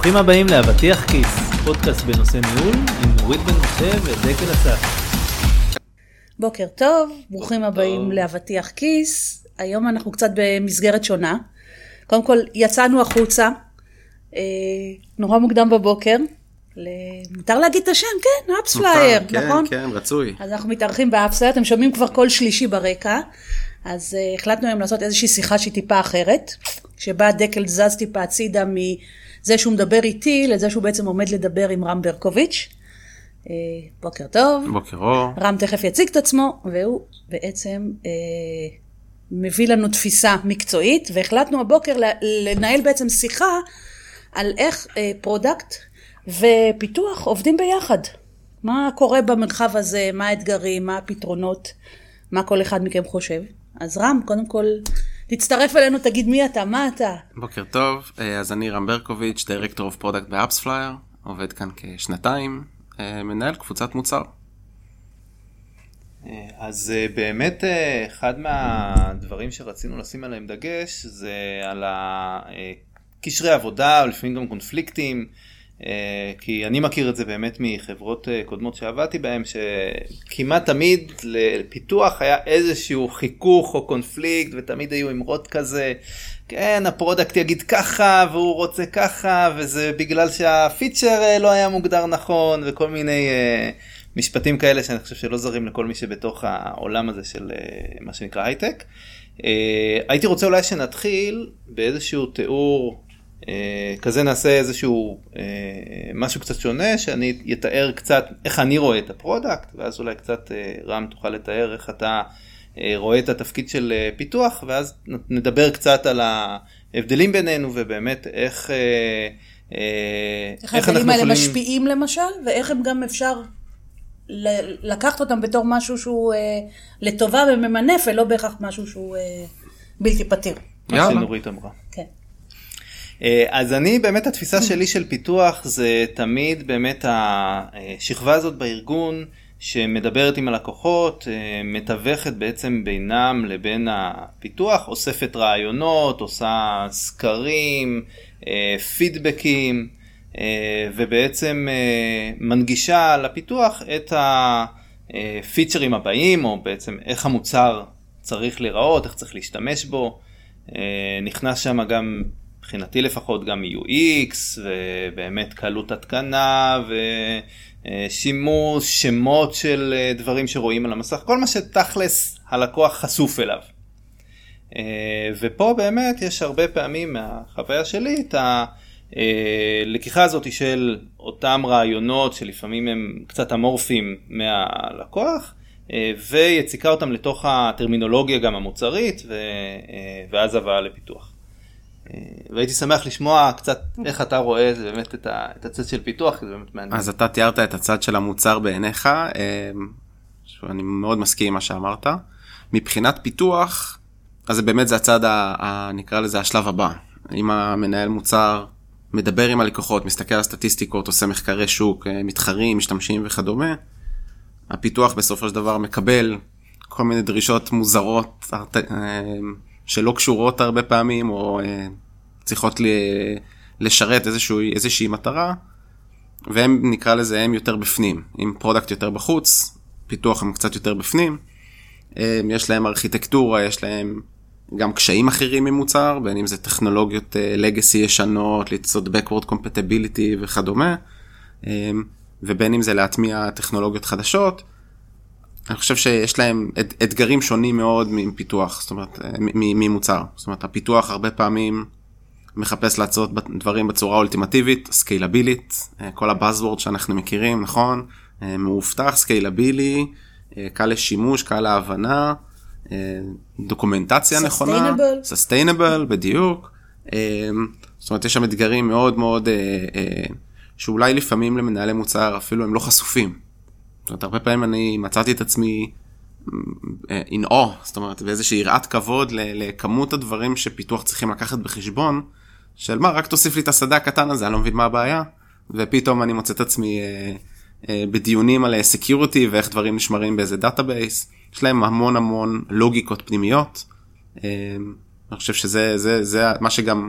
ברוכים הבאים לאבטיח כיס, פודקאסט בנושא ניהול עם נורית בן משה ודקל אסף. בוקר טוב, ברוכים הבאים לאבטיח כיס. היום אנחנו קצת במסגרת שונה. קודם כל יצאנו החוצה, נורא מוקדם בבוקר. מותר להגיד את השם, כן, אפספלייר, נכון? כן, רצוי. אז אנחנו מתארחים באפספלייר, אתם שומעים כבר כל שלישי ברקע. אז החלטנו היום לעשות איזושהי שיחה שהיא טיפה אחרת, שבה דקל זז טיפה הצידה מזה שהוא מדבר איתי, לזה שהוא בעצם עומד לדבר עם רם ברקוביץ'. בוקר טוב. בוקר אור. רם תכף יציג את עצמו, והוא בעצם מביא לנו תפיסה מקצועית, והחלטנו הבוקר לנהל בעצם שיחה על איך פרודקט ופיתוח עובדים ביחד. מה קורה במרחב הזה, מה האתגרים, מה הפתרונות, מה כל אחד מכם חושב. אז רם, קודם כל, תצטרף אלינו, תגיד מי אתה, מה אתה. בוקר טוב, אז אני רם ברקוביץ', דירקטור אוף פרודקט באפספלייר, עובד כאן כשנתיים, מנהל קבוצת מוצר. אז באמת אחד מהדברים שרצינו לשים עליהם דגש, זה על קשרי עבודה, לפעמים גם קונפליקטים, כי אני מכיר את זה באמת מחברות קודמות שעבדתי בהן, שכמעט תמיד לפיתוח היה איזשהו חיכוך או קונפליקט, ותמיד היו אמרות כזה, כן, הפרודקט יגיד ככה, והוא רוצה ככה, וזה בגלל שהפיצ'ר לא היה מוגדר נכון, וכל מיני משפטים כאלה שאני חושב שלא זרים לכל מי שבתוך העולם הזה של מה שנקרא הייטק. הייתי רוצה אולי שנתחיל באיזשהו תיאור, כזה נעשה איזשהו משהו קצת שונה, שאני אתאר קצת איך אני רואה את הפרודקט, ואז אולי קצת רם תוכל לתאר איך אתה רואה את התפקיד של פיתוח, ואז נדבר קצת על ההבדלים בינינו, ובאמת איך ההבדלים האלה משפיעים למשל, ואיך הם גם אפשר לקחת אותם בתור משהו שהוא לטובה וממנף, ולא בהכרח משהו שהוא בלתי פתיר. מה שנורית אמרה. כן. אז אני באמת התפיסה שלי של פיתוח זה תמיד באמת השכבה הזאת בארגון שמדברת עם הלקוחות, מתווכת בעצם בינם לבין הפיתוח, אוספת רעיונות, עושה סקרים, פידבקים, ובעצם מנגישה לפיתוח את הפיצ'רים הבאים, או בעצם איך המוצר צריך להיראות, איך צריך להשתמש בו. נכנס שם גם מבחינתי לפחות גם UX, ובאמת קלות התקנה, ושימוש, שמות של דברים שרואים על המסך, כל מה שתכלס הלקוח חשוף אליו. ופה באמת יש הרבה פעמים מהחוויה שלי את הלקיחה הזאת של אותם רעיונות שלפעמים הם קצת אמורפיים מהלקוח, ויציקה אותם לתוך הטרמינולוגיה גם המוצרית, ואז הבאה לפיתוח. והייתי שמח לשמוע קצת איך אתה רואה באמת את הצד של פיתוח, כי זה באמת מעניין. אז אתה תיארת את הצד של המוצר בעיניך, שאני מאוד מסכים עם מה שאמרת. מבחינת פיתוח, אז זה באמת זה הצד, נקרא לזה השלב הבא. אם המנהל מוצר מדבר עם הלקוחות, מסתכל על סטטיסטיקות, עושה מחקרי שוק, מתחרים, משתמשים וכדומה, הפיתוח בסופו של דבר מקבל כל מיני דרישות מוזרות שלא קשורות הרבה פעמים, או צריכות לשרת איזושהי מטרה, והם נקרא לזה, הם יותר בפנים. אם פרודקט יותר בחוץ, פיתוח הם קצת יותר בפנים, יש להם ארכיטקטורה, יש להם גם קשיים אחרים ממוצר, בין אם זה טכנולוגיות legacy ישנות, ליצור backward compatibility וכדומה, ובין אם זה להטמיע טכנולוגיות חדשות. אני חושב שיש להם אתגרים שונים מאוד מפיתוח, זאת אומרת, ממוצר. זאת אומרת, הפיתוח הרבה פעמים מחפש לעשות דברים בצורה אולטימטיבית, סקיילבילית, כל הבאזוורד שאנחנו מכירים, נכון? מאובטח, סקיילבילי, קל לשימוש, קל להבנה, דוקומנטציה נכונה, sustainable, בדיוק. זאת אומרת, יש שם אתגרים מאוד מאוד, שאולי לפעמים למנהלי מוצר אפילו הם לא חשופים. זאת אומרת, הרבה פעמים אני מצאתי את עצמי in awe, זאת אומרת, באיזושהי יראת כבוד לכמות הדברים שפיתוח צריכים לקחת בחשבון, של מה, רק תוסיף לי את השדה הקטן הזה, אני לא מבין מה הבעיה, ופתאום אני מוצא את עצמי בדיונים על security ואיך דברים נשמרים באיזה דאטאבייס, יש להם המון המון לוגיקות פנימיות, אני חושב שזה מה שגם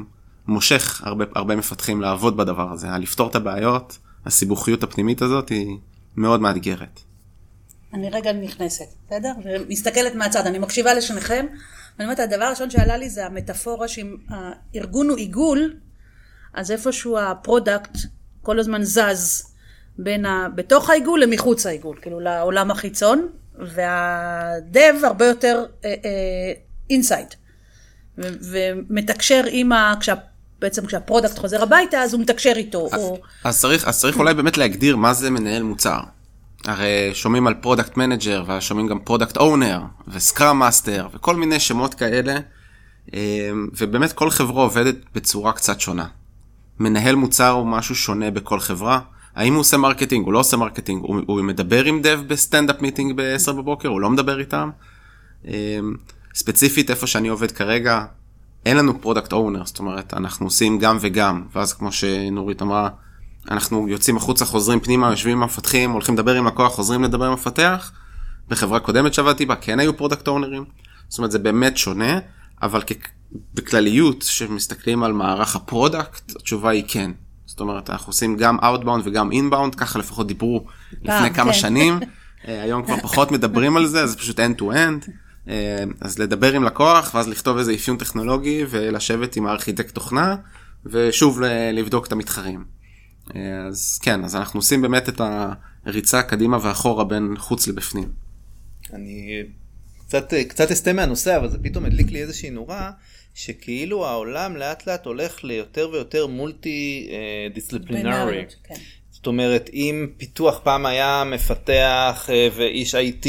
מושך הרבה מפתחים לעבוד בדבר הזה. לפתור את הבעיות, הסיבוכיות הפנימית הזאת היא מאוד מאתגרת. אני רגע נכנסת, בסדר? ומסתכלת מהצד, אני מקשיבה לשניכם, ואני אומרת, הדבר הראשון שעלה לי זה המטאפורה שאם הארגון הוא עיגול, אז איפשהו הפרודקט כל הזמן זז בתוך העיגול למחוץ העיגול, כאילו לעולם החיצון, והדב הרבה יותר אינסייד, ומתקשר עם בעצם כשהפרודקט חוזר הביתה, אז הוא מתקשר איתו. אז צריך אולי באמת להגדיר מה זה מנהל מוצר. הרי שומעים על פרודקט מנג'ר, ושומעים גם פרודקט אונר, וסקראם מאסטר, וכל מיני שמות כאלה, ובאמת כל חברה עובדת בצורה קצת שונה. מנהל מוצר הוא משהו שונה בכל חברה. האם הוא עושה מרקטינג, הוא לא עושה מרקטינג, הוא מדבר עם דב בסטנד-אפ מיטינג ב-10 בבוקר, הוא לא מדבר איתם. ספציפית איפה שאני עובד כרגע, אין לנו פרודקט אונר, זאת אומרת, אנחנו עושים גם וגם, ואז כמו שנורית אמרה, אנחנו יוצאים החוצה, חוזרים פנימה, יושבים עם המפתחים, הולכים לדבר עם לקוח, חוזרים לדבר עם המפתח. בחברה קודמת שעבדתי בה, כן היו פרודקט אונרים. זאת אומרת, זה באמת שונה, אבל בכלליות, שמסתכלים על מערך הפרודקט, התשובה היא כן. זאת אומרת, אנחנו עושים גם outbound וגם inbound, ככה לפחות דיברו לפני כמה שנים. היום כבר פחות מדברים על זה, זה פשוט end-to-end. אז לדבר עם לקוח, ואז לכתוב איזה אפיון טכנולוגי, ולשבת עם הארכיטקט תוכנה, ושוב לבדוק את המתחרים. אז כן, אז אנחנו עושים באמת את הריצה קדימה ואחורה בין חוץ לבפנים. אני קצת אסתה מהנושא, אבל זה פתאום הדליק לי איזושהי נורה, שכאילו העולם לאט לאט הולך ליותר ויותר מולטי דיסציפלינרי. זאת אומרת, אם פיתוח פעם היה מפתח ואיש IT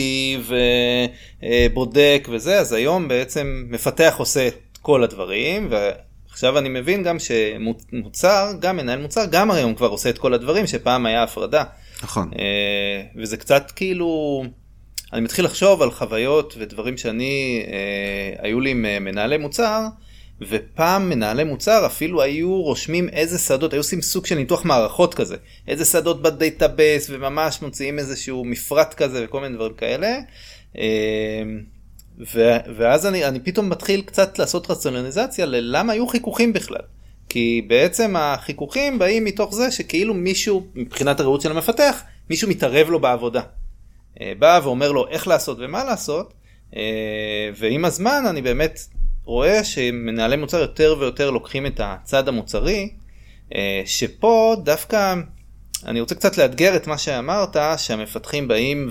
ובודק וזה, אז היום בעצם מפתח עושה את כל הדברים, ועכשיו אני מבין גם שמוצר, גם מנהל מוצר, גם היום כבר עושה את כל הדברים, שפעם היה הפרדה. נכון. וזה קצת כאילו, אני מתחיל לחשוב על חוויות ודברים היו לי מנהלי מוצר, ופעם מנהלי מוצר אפילו היו רושמים איזה שדות, היו עושים סוג של ניתוח מערכות כזה, איזה שדות בדייטאבייס, וממש מוציאים איזשהו מפרט כזה וכל מיני דברים כאלה. ואז אני פתאום מתחיל קצת לעשות רציונליזציה ללמה היו חיכוכים בכלל. כי בעצם החיכוכים באים מתוך זה שכאילו מישהו, מבחינת הראות של המפתח, מישהו מתערב לו בעבודה. בא ואומר לו איך לעשות ומה לעשות, ועם הזמן אני באמת רואה שמנהלי מוצר יותר ויותר לוקחים את הצד המוצרי, שפה דווקא אני רוצה קצת לאתגר את מה שאמרת, שהמפתחים באים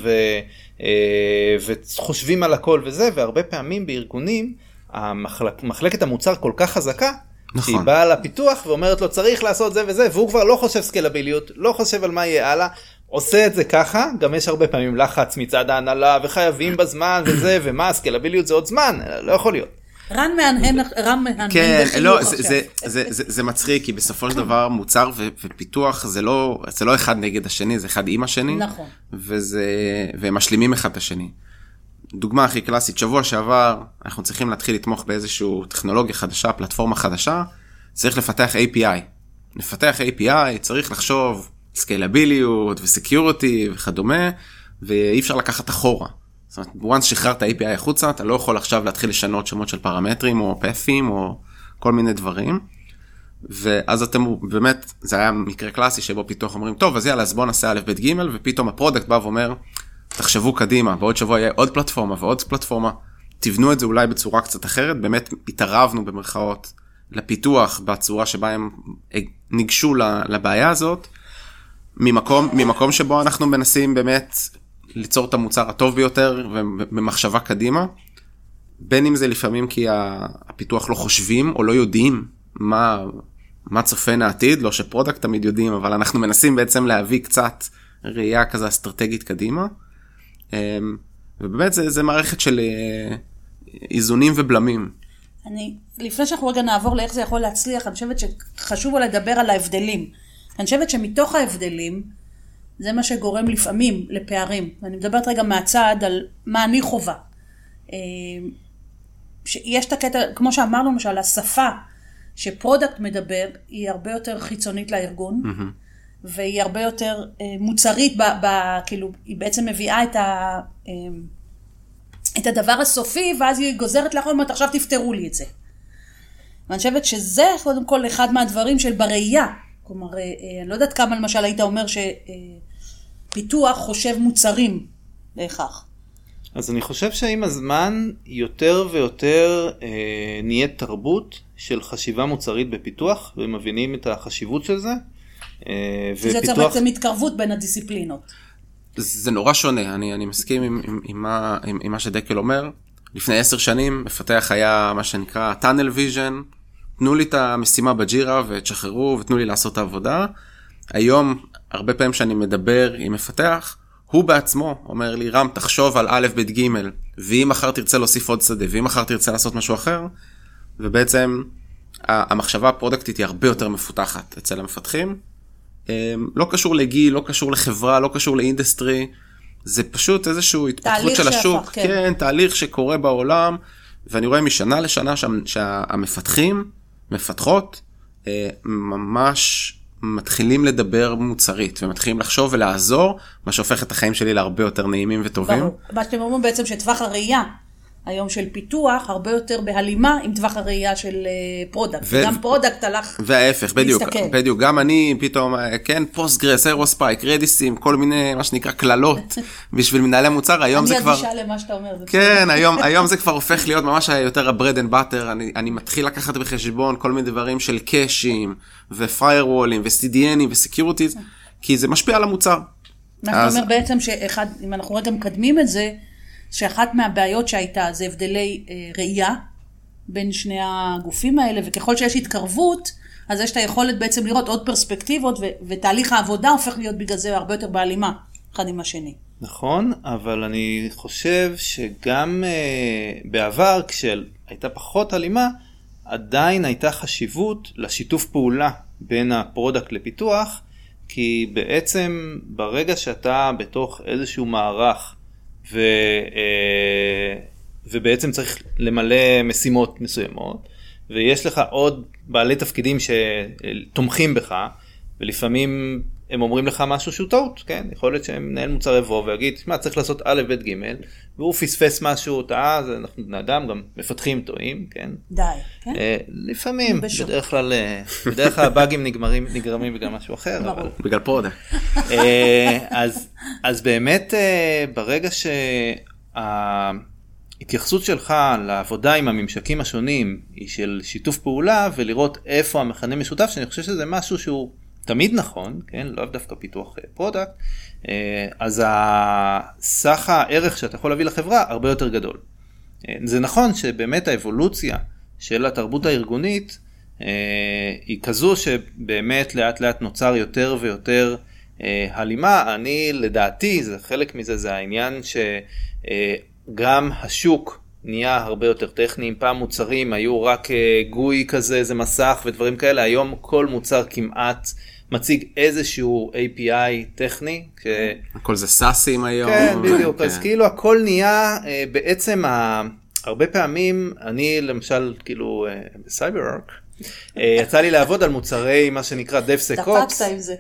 וחושבים על הכל וזה, והרבה פעמים בארגונים, מחלקת המוצר כל כך חזקה, נכון. שהיא באה לפיתוח ואומרת לו צריך לעשות זה וזה, והוא כבר לא חושב סקלביליות, לא חושב על מה יהיה הלאה, עושה את זה ככה, גם יש הרבה פעמים לחץ מצד ההנהלה, וחייבים בזמן וזה, ומה, הסקלביליות זה עוד זמן, לא יכול להיות. רן מהנהן כן, לא, זה מצחיק, כי בסופו של דבר מוצר ופיתוח זה לא אחד נגד השני, זה אחד עם השני. נכון. והם משלימים אחד את השני. דוגמה הכי קלאסית, שבוע שעבר אנחנו צריכים להתחיל לתמוך באיזשהו טכנולוגיה חדשה, פלטפורמה חדשה, צריך לפתח API. לפתח API, צריך לחשוב סקיילביליות וסקיוריטי וכדומה, ואי אפשר לקחת אחורה. זאת אומרת, once שחררת API החוצה, אתה לא יכול עכשיו להתחיל לשנות שמות של פרמטרים או פאפים או כל מיני דברים. ואז אתם באמת, זה היה מקרה קלאסי שבו פיתוח אומרים, טוב, אז יאללה, אז בוא נעשה א' ב' ג', ופתאום הפרודקט בא ואומר, תחשבו קדימה, בעוד שבוע יהיה עוד פלטפורמה ועוד פלטפורמה, תבנו את זה אולי בצורה קצת אחרת, באמת התערבנו במרכאות לפיתוח בצורה שבה הם ניגשו לבעיה הזאת, ממקום שבו אנחנו מנסים באמת ליצור את המוצר הטוב ביותר ובמחשבה קדימה, בין אם זה לפעמים כי הפיתוח לא חושבים או לא יודעים מה צופן העתיד, לא שפרודקט תמיד יודעים, אבל אנחנו מנסים בעצם להביא קצת ראייה כזה אסטרטגית קדימה, ובאמת זה מערכת של איזונים ובלמים. לפני שאנחנו רגע נעבור לאיך זה יכול להצליח, אני חושבת שחשוב לדבר על ההבדלים. אני חושבת שמתוך ההבדלים, זה מה שגורם לפעמים לפערים. ואני מדברת רגע מהצד על מה אני חובה. יש את הקטע, כמו שאמרנו, למשל, השפה שפרודקט מדבר, היא הרבה יותר חיצונית לארגון, והיא הרבה יותר מוצרית, כאילו, היא בעצם מביאה את הדבר הסופי, ואז היא גוזרת לאחור, אומרת, עכשיו תפתרו לי את זה. ואני חושבת שזה קודם כל אחד מהדברים של בראייה. כלומר, אני לא יודעת כמה למשל היית אומר שפיתוח חושב מוצרים בהכרח. אז אני חושב שעם הזמן יותר ויותר נהיה תרבות של חשיבה מוצרית בפיתוח, ומבינים את החשיבות של זה. זה צריך בעצם התקרבות בין הדיסציפלינות. זה נורא שונה, אני מסכים עם מה שדקל אומר. לפני 10 שנים מפתח היה מה שנקרא tunnel vision, תנו לי את המשימה בג'ירה ותשחררו ותנו לי לעשות את העבודה. היום הרבה פעמים שאני מדבר עם מפתח, הוא בעצמו אומר לי, רם, תחשוב על א' ב' ג', ואם מחר תרצה להוסיף עוד שדה, ואם מחר תרצה לעשות משהו אחר, ובעצם המחשבה הפרודקטית היא הרבה יותר מפותחת אצל המפתחים. לא קשור לגיל, לא קשור לחברה, לא קשור לאינדסטרי, זה פשוט איזשהו התפתחות של השוק, כן, תהליך שקורה בעולם, ואני רואה משנה לשנה שהמפתחים, מפתחות, ממש מתחילים לדבר מוצרית, ומתחילים לחשוב ולעזור, מה שהופך את החיים שלי להרבה יותר נעימים וטובים. ברור. מה שאתם אומרים בעצם שטווח הראייה, היום של פיתוח, הרבה יותר בהלימה עם טווח הראייה של פרודקט. גם פרודקט הלך וההפך, בדיוק. גם אני פתאום, כן, פוסטגרס, אירוספייק, רדיסים, כל מיני, מה שנקרא, כללות, בשביל מנהלי מוצר, היום זה כבר... אני אדישה למה שאתה אומר. כן, היום זה כבר הופך להיות ממש יותר ה-bread and butter, אני מתחיל לקחת בחשבון כל מיני דברים של קאשים, ו-firewall'ים, ו-CDN'ים, ו-securities, כי זה משפיע על המוצר. אנחנו אומר בעצם שאחד, אם אנחנו רגע מקדמים את זה, שאחת מהבעיות שהייתה זה הבדלי ראייה בין שני הגופים האלה, וככל שיש התקרבות, אז יש את היכולת בעצם לראות עוד פרספקטיבות, ותהליך העבודה הופך להיות בגלל זה הרבה יותר בהלימה, אחד עם השני. נכון, אבל אני חושב שגם בעבר, כשהייתה פחות הלימה, עדיין הייתה חשיבות לשיתוף פעולה בין הפרודקט לפיתוח, כי בעצם ברגע שאתה בתוך איזשהו מערך, ובעצם צריך למלא משימות מסוימות, ויש לך עוד בעלי תפקידים שתומכים בך, ולפעמים הם אומרים לך משהו שהוא טעות, כן? יכול להיות שמנהל מוצר יבוא ויגיד, מה, צריך לעשות א' ב' ג', והוא פספס משהו, טעה, אז אנחנו בני אדם גם מפתחים טועים, כן? די, כן? לפעמים, בדרך כלל הבאגים נגרמים בגלל משהו אחר, אבל... בגלל פרודקט. אז באמת, ברגע שההתייחסות שלך לעבודה עם הממשקים השונים, היא של שיתוף פעולה, ולראות איפה המכנה משותף, שאני חושב שזה משהו שהוא תמיד נכון, כן? לא דווקא פיתוח פרודקט, אז סך הערך שאתה יכול להביא לחברה הרבה יותר גדול. זה נכון שבאמת האבולוציה של התרבות הארגונית היא כזו שבאמת לאט לאט נוצר יותר ויותר הלימה. אני לדעתי, זה חלק מזה, זה העניין שגם השוק נהיה הרבה יותר טכני. פעם מוצרים היו רק גוי כזה, איזה מסך ודברים כאלה, היום כל מוצר כמעט מציג איזשהו API טכני. הכל זה סאסים היום. כן, בדיוק. אז כאילו הכל נהיה בעצם, הרבה פעמים, אני למשל כאילו בסייברורק, יצא לי לעבוד על מוצרי מה שנקרא DevSecOps. דפקת עם זה.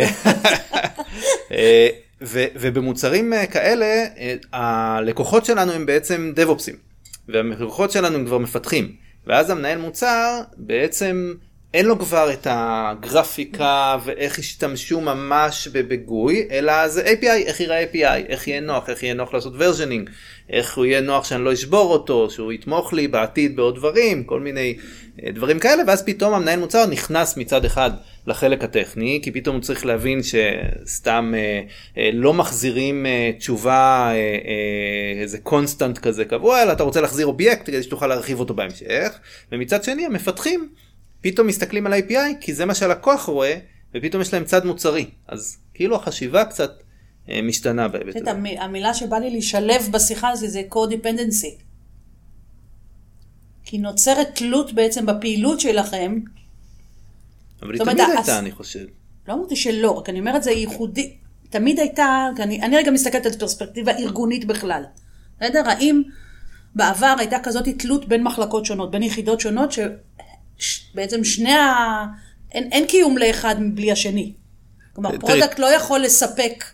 ובמוצרים כאלה, הלקוחות שלנו הם בעצם DevOpsים, והלקוחות שלנו הם כבר מפתחים. ואז המנהל מוצר בעצם אין לו כבר את הגרפיקה ואיך ישתמשו ממש בגוי, אלא זה API, איך יראה API, איך יהיה נוח לעשות versioning, איך הוא יהיה נוח שאני לא אשבור אותו, שהוא יתמוך לי בעתיד בעוד דברים, כל מיני דברים כאלה, ואז פתאום המנהל מוצר נכנס מצד אחד לחלק הטכני, כי פתאום הוא צריך להבין שסתם לא מחזירים תשובה, איזה קונסטנט כזה קבוע, אלא אתה רוצה להחזיר אובייקט כדי שתוכל להרחיב אותו בהמשך, ומצד שני המפתחים פתאום מסתכלים על ה-API, כי זה מה שהלקוח רואה, ופתאום יש להם צד מוצרי. אז כאילו החשיבה קצת משתנה בהיבט הזה. המילה שבא לי לשלב בשיחה הזה זה co-dependency. כי נוצרת תלות בעצם בפעילות שלכם. אבל היא תמיד הייתה, אני חושב. לא אמרתי שלא, רק אני אומרת זה ייחודי. תמיד הייתה, אני רגע מסתכלת על פרספקטיבה ארגונית בכלל. בסדר? האם בעבר הייתה כזאת תלות בין מחלקות שונות, בין יחידות שונות, שבעצם אין קיום לאחד בלי השני. כלומר, פרודקט לא יכול לספק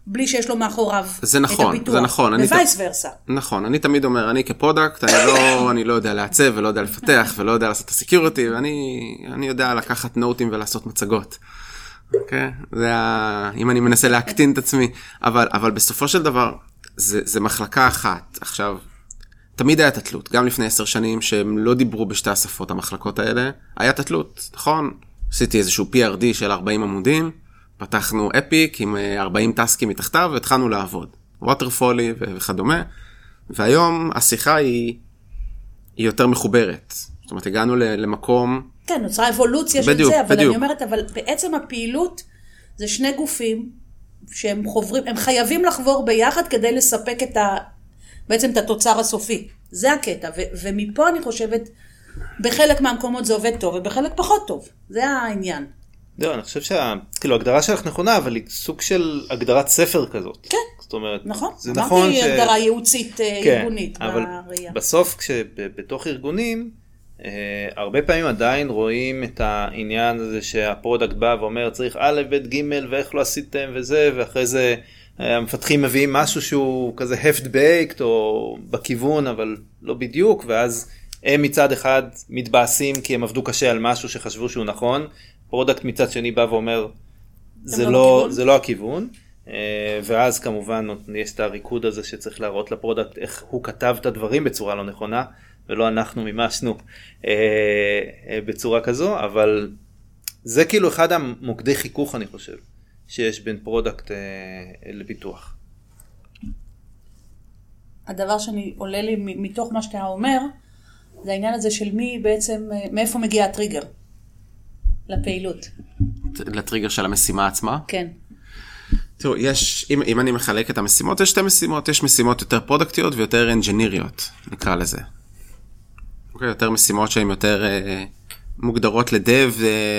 בלי שיש לו מאחוריו זה נכון, את הפיתוח. זה נכון. ווייס ורסה. נכון, אני תמיד אומר, אני כפרודקט, אני לא יודע לעצב ולא יודע לפתח ולא יודע לעשות את הסקיוריטי, ואני יודע לקחת נוטים ולעשות מצגות. אוקיי? אם אני מנסה להקטין את עצמי, אבל בסופו של דבר, זה מחלקה אחת. עכשיו, תמיד הייתה תתלות, גם לפני 10 שנים שהם לא דיברו בשתי השפות המחלקות האלה, היה תתלות, נכון? עשיתי איזשהו PRD של 40 עמודים, פתחנו אפיק עם 40 טסקים מתחתיו והתחלנו לעבוד. ווטרפולי וכדומה, והיום השיחה היא יותר מחוברת. זאת אומרת, הגענו למקום... כן, נוצרה אבולוציה של זה, אבל אני אומרת, אבל בעצם הפעילות זה שני גופים שהם חוברים, הם חייבים לחבור ביחד כדי לספק בעצם את התוצר הסופי. זה הקטע, ומפה אני חושבת, בחלק מהמקומות זה עובד טוב, ובחלק פחות טוב. זה העניין. לא, אני חושב ההגדרה שלך נכונה, אבל היא סוג של הגדרת ספר כזאת. כן. זאת אומרת, נכון. זה נכון אמרתי הגדרה ייעוצית ארגונית אבל בראייה. בסוף כשבתוך ארגונים, הרבה פעמים עדיין רואים את העניין הזה שהפרודקט בא ואומר צריך א' ב' ג' ואיך לא עשיתם וזה, ואחרי זה המפתחים מביאים משהו שהוא כזה half baked או בכיוון אבל לא בדיוק, ואז הם מצד אחד מתבאסים כי הם עבדו קשה על משהו שחשבו שהוא נכון, פרודקט מצד שני בא ואומר זה לא הכיוון, ואז כמובן יש את הריקוד הזה שצריך להראות לפרודקט איך הוא כתב את הדברים בצורה לא נכונה, ולא אנחנו מימשנו בצורה כזו, אבל זה כאילו אחד המוקדי חיכוך אני חושב, שיש בין פרודקט לפיתוח. הדבר שאני עולה לי מתוך מה שאתה אומר, זה העניין הזה של מי בעצם, מאיפה מגיע הטריגר לפעילות. לטריגר של המשימה עצמה? כן. תראו, אם אני מחלק את המשימות, יש 2 משימות, יש משימות יותר פרודקטיות ויותר אנג'יניריות, נקרא לזה. אוקיי, יותר משימות שהן יותר מוגדרות לדב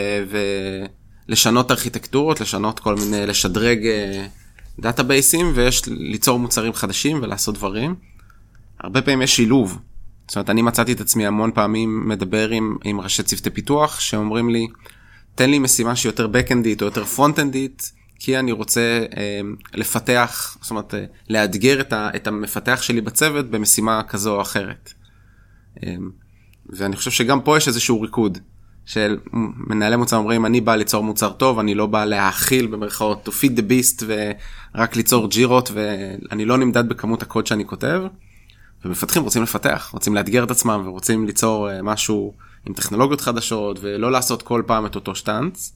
ולשנות ארכיטקטורות, לשנות כל מיני, לשדרג דאטאבייסים, ויש ליצור מוצרים חדשים ולעשות דברים. הרבה פעמים יש שילוב. זאת אומרת, אני מצאתי את עצמי המון פעמים מדבר עם ראשי צוותי פיתוח, שאומרים לי, תן לי משימה שהיא יותר back-endית או יותר front-endית, כי אני רוצה לפתח, זאת אומרת, לאתגר את המפתח שלי בצוות במשימה כזו או אחרת. ואני חושב שגם פה יש איזשהו ריקוד, של מנהלי מוצר אומרים, אני בא ליצור מוצר טוב, אני לא בא להאכיל במרכאות, to feed the beast, ורק ליצור ג'ירות, ואני לא נמדד בכמות הקוד שאני כותב, ומפתחים רוצים לפתח, רוצים לאתגר את עצמם, ורוצים ליצור משהו עם טכנולוגיות חדשות, ולא לעשות כל פעם את אותו שטנץ.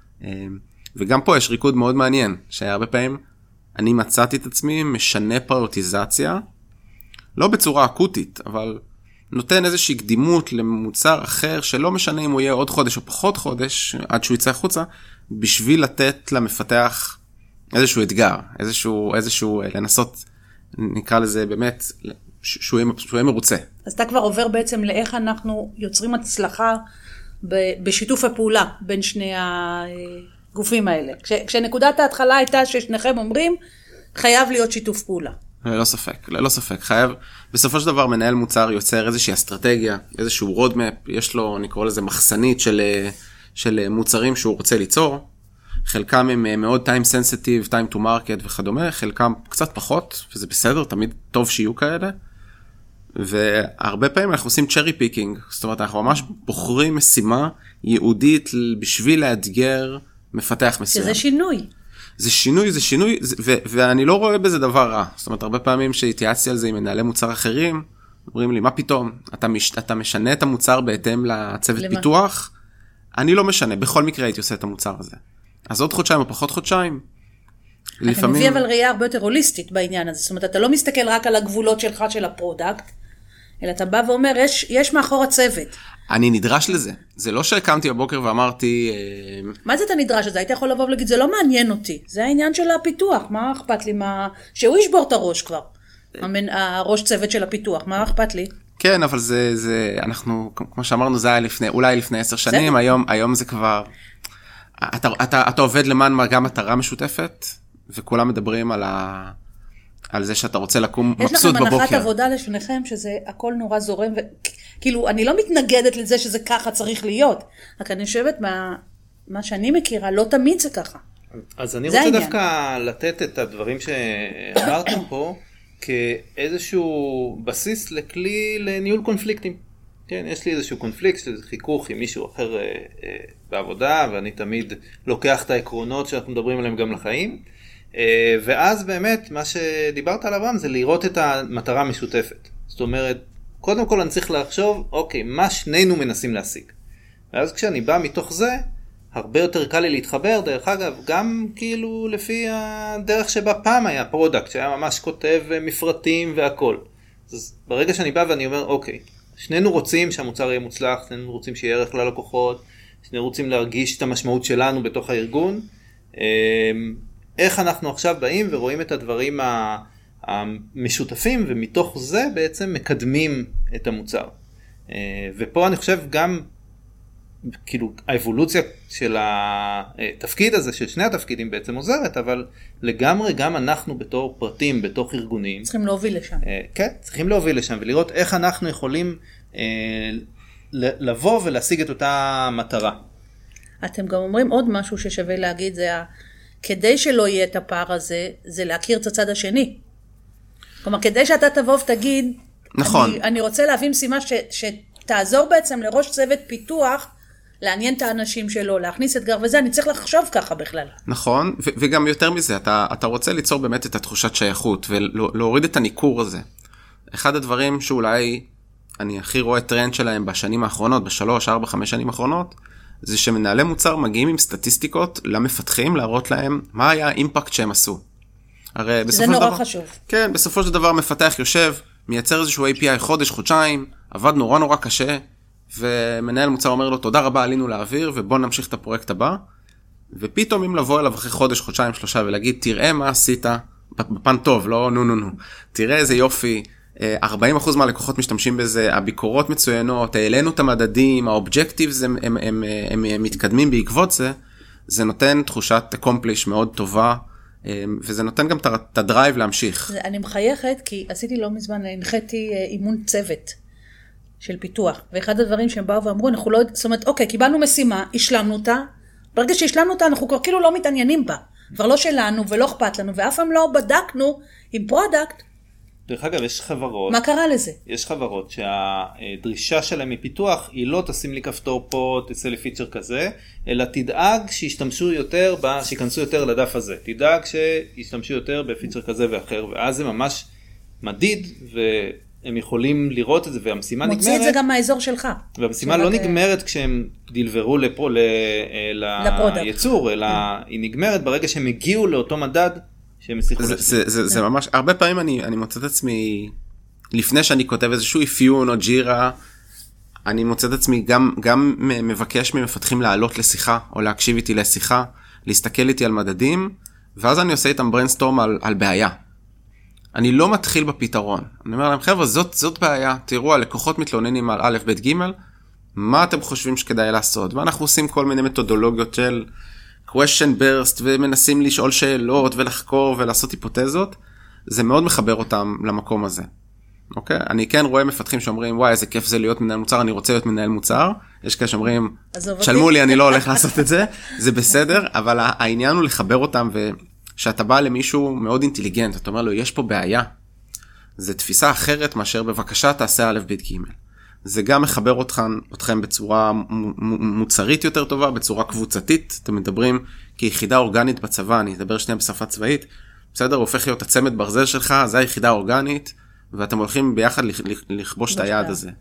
וגם פה יש ריקוד מאוד מעניין, שהרבה פעמים אני מצאתי את עצמי, משנה פריוריטיזציה, לא בצורה אקוטית, אבל נותן איזושהי קדימות למוצר אחר, שלא משנה אם הוא יהיה עוד חודש או פחות חודש, עד שהוא יצא החוצה, בשביל לתת למפתח איזשהו אתגר, איזשהו לנסות, נקרא לזה באמת, שהוא יהיה מרוצה. אז אתה כבר עובר בעצם לאיך אנחנו יוצרים הצלחה בשיתוף הפעולה בין שני הגופים האלה. כשנקודת ההתחלה הייתה ששניכם אומרים, חייב להיות שיתוף פעולה. ללא ספק. חייב, בסופו של דבר מנהל מוצר יוצר איזושהי אסטרטגיה, איזשהו רודמפ, יש לו, נקרא לזה מחסנית של מוצרים שהוא רוצה ליצור. חלקם הם מאוד time sensitive, time to market וכדומה, חלקם קצת פחות, וזה בסדר, תמיד טוב שיהיו כאלה. והרבה פעמים אנחנו עושים cherry picking, זאת אומרת, אנחנו ממש בוחרים משימה ייעודית בשביל לאתגר מפתח מסוים. שזה שינוי. זה שינוי, ואני לא רואה בזה דבר רע. זאת אומרת, הרבה פעמים שהתייעצתי על זה עם מנהלי מוצר אחרים, אומרים לי, מה פתאום? אתה משנה את המוצר בהתאם לצוות פיתוח? אני לא משנה, בכל מקרה הייתי עושה את המוצר הזה. אז עוד חודשיים או פחות חודשיים. אתה מביא אבל ראייה הרבה יותר הוליסטית בעניין הזה. זאת אומרת, אתה לא מסתכל רק על הגבולות שלך של הפרודקט, אלא אתה בא ואומר, יש מאחור הצוות. אני נדרש לזה. זה לא שהקמתי בבוקר ואמרתי... מה זה אתה נדרש לזה? היית יכול לבוא ולהגיד, זה לא מעניין אותי. זה העניין של הפיתוח. מה אכפת לי? שהוא ישבור את הראש כבר. הראש צוות של הפיתוח. מה אכפת לי? כן, אבל זה אנחנו, כמו שאמרנו, זה היה אולי לפני 10 שנים. היום זה כבר... אתה עובד למען גם מטרה משותפת, וכולם מדברים על זה שאתה רוצה לקום מבסוט בבוקר. יש לכם הנחת עבודה לשניכם, שזה הכל נורא זורם, כאילו, אני לא מתנגדת לזה שזה ככה צריך להיות, רק אני חושבת מה שאני מכירה, לא תמיד זה ככה. אז אני זה רוצה העניין. דווקא לתת את הדברים שאמרתם פה כאיזשהו בסיס לכלי לניהול קונפליקטים. כן, יש לי איזשהו קונפליקט, שזה חיכוך עם מישהו אחר בעבודה, ואני תמיד לוקח את העקרונות שאנחנו מדברים עליהם גם לחיים. ואז באמת, מה שדיברת על אברהם, זה לראות את המטרה המשותפת. זאת אומרת, קודם כל אני צריך לחשוב, אוקיי, מה שנינו מנסים להשיג. ואז כשאני בא מתוך זה, הרבה יותר קל לי להתחבר, דרך אגב, גם כאילו לפי הדרך שבה פעם היה פרודקט, שהיה ממש כותב מפרטים והכל. אז ברגע שאני בא ואני אומר, אוקיי, שנינו רוצים שהמוצר יהיה מוצלח, שנינו רוצים שיהיה ערך ללקוחות, שנינו רוצים להרגיש את המשמעות שלנו בתוך הארגון, איך אנחנו עכשיו באים ורואים את הדברים המשותפים, ומתוך זה בעצם מקדמים את המוצר. ופה אני חושב גם, כאילו האבולוציה של התפקיד הזה, של שני התפקידים בעצם עוזרת, אבל לגמרי גם אנחנו בתור פרטים, בתוך ארגונים. צריכים להוביל לשם. כן, צריכים להוביל לשם ולראות איך אנחנו יכולים לבוא ולהשיג את אותה מטרה. אתם גם אומרים עוד משהו ששווה להגיד, זה כדי שלא יהיה את הפער הזה, זה להכיר את הצד השני. כלומר, כדי שאתה תבוא ותגיד, נכון. אני רוצה להביא משימה שתעזור בעצם לראש צוות פיתוח, לעניין את האנשים שלו, להכניס אתגר וזה, אני צריך לחשוב ככה בכלל. נכון, וגם יותר מזה, אתה רוצה ליצור באמת את התחושת שייכות, ולהוריד את הניכור הזה. אחד הדברים שאולי אני הכי רואה טרנד שלהם בשנים האחרונות, ב3, 4, 5 שנים האחרונות, זה שמנהלי מוצר מגיעים עם סטטיסטיקות למפתחים, להראות להם מה היה האימפקט שהם עשו. הרי זה נורא חשוב. כן, בסופו של דבר מפתח יושב, מייצר איזשהו API חודש, חודשיים, עבד נורא קשה, ומנהל מוצר אומר לו, תודה רבה, עלינו לאוויר, ובוא נמשיך את הפרויקט הבא. ופתאום אם לבוא אליו אחרי חודש, חודשיים, 3, ולהגיד, תראה מה עשית, בפן טוב, לא נו. תראה איזה יופי, 40% מהלקוחות משתמשים בזה, הביקורות מצוינות, העלינו את המדדים, האובג'קטיבס הם מתקדמים בעקבות זה, זה נותן תחושת accomplish מאוד טובה, וזה נותן גם את הדרייב להמשיך. אני מחייכת, כי עשיתי לא מזמן, הנחיתי אימון צוות של פיתוח, ואחד הדברים שהם באו ואמרו, אנחנו לא, זאת אומרת, אוקיי, קיבלנו משימה, השלמנו אותה, ברגע שהשלמנו אותה, אנחנו כבר כאילו לא מתעניינים בה, כבר לא שלנו ולא אכפת לנו, ואף פעם לא בדקנו עם פרודקט, דרך אגב, יש חברות. מה קרה לזה? יש חברות שהדרישה שלהם מפיתוח היא לא תשים לי כפתור פה, תעשה לי פיצ'ר כזה, אלא תדאג שישתמשו יותר, שיכנסו יותר לדף הזה. תדאג שישתמשו יותר בפיצ'ר כזה ואחר, ואז זה ממש מדיד, והם יכולים לראות את זה, והמשימה נגמרת. מוציא את זה גם מהאזור שלך. והמשימה לא נגמרת כשהם דלברו לפה, ליצור, אלא היא נגמרת ברגע שהם הגיעו לאותו מדד, זה ממש, הרבה פעמים אני מוצא את עצמי, לפני שאני כותב איזשהו אפיון או ג'ירה, אני מוצא את עצמי גם מבקש ממפתחים לעלות לשיחה, או להקשיב איתי לשיחה, להסתכל איתי על מדדים, ואז אני עושה איתם בריינסטורם על בעיה. אני לא מתחיל בפתרון. אני אומר להם, חבר'ה, זאת בעיה. תראו, הלקוחות מתלוננים על א', ב', ג', מה אתם חושבים שכדאי לעשות? ואנחנו עושים כל מיני מתודולוגיות של question burst, ומנסים לשאול שאלות, ולחקור, ולעשות היפותזות. זה מאוד מחבר אותם למקום הזה. אוקיי? אני כן רואה מפתחים שאומרים, וואי, איזה כיף זה להיות מנהל מוצר, אני רוצה להיות מנהל מוצר. יש כאלה שאומרים, שלמו לי, אני לא הולך לעשות את זה. זה בסדר, אבל העניין הוא לחבר אותם, ושאתה בא למישהו מאוד אינטליגנט, אתה אומר לו, יש פה בעיה. זה תפיסה אחרת מאשר בבקשה תעשה א', ב', ג'. זה גם מחבר אתכם בצורה מוצרית יותר טובה, בצורה קבוצתית. אתם מדברים כיחידה אורגנית בצבא, אני אדבר שנייה בשפה צבאית. בסדר, הופך להיות הצמד ברזל שלך, זה היחידה אורגנית, ואתם הולכים ביחד לכבוש את היעד הזה.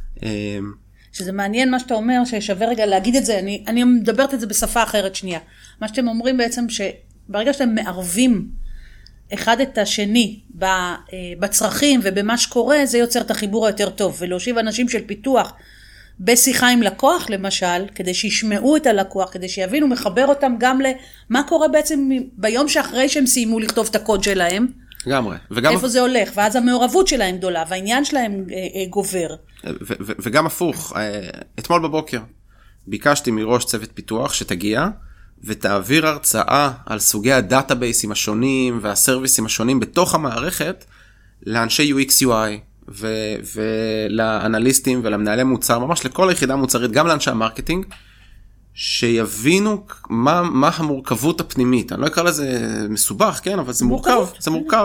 שזה מעניין מה שאתה אומר, ששווה רגע להגיד את זה, אני מדברת את זה בשפה אחרת שנייה. מה שאתם אומרים בעצם, שברגע שאתם מערבים אחד את השני בצרכים ובמה שקורה, זה יוצר את החיבור היותר טוב, ולהושיב אנשים של פיתוח בשיחה עם לקוח למשל, כדי שישמעו את הלקוח, כדי שיבינו, מחבר אותם גם למה קורה בעצם ביום שאחרי שהם סיימו לכתוב את הקוד שלהם, לגמרי. איפה זה הולך, ואז המעורבות שלהם גדולה, והעניין שלהם גובר. וגם הפוך, אתמול בבוקר ביקשתי מראש צוות פיתוח שתגיע, ותעביר הרצאה על סוגי הדאטאבייסים השונים, והסרוויסים השונים בתוך המערכת, לאנשי UX UI, ולאנליסטים ולמנהלי מוצר, ממש לכל היחידה מוצרית, גם לאנשי המרקטינג, שיבינו מה המורכבות הפנימית. אני לא אקרא לזה מסובך, כן, אבל זה מורכב, זה מורכב.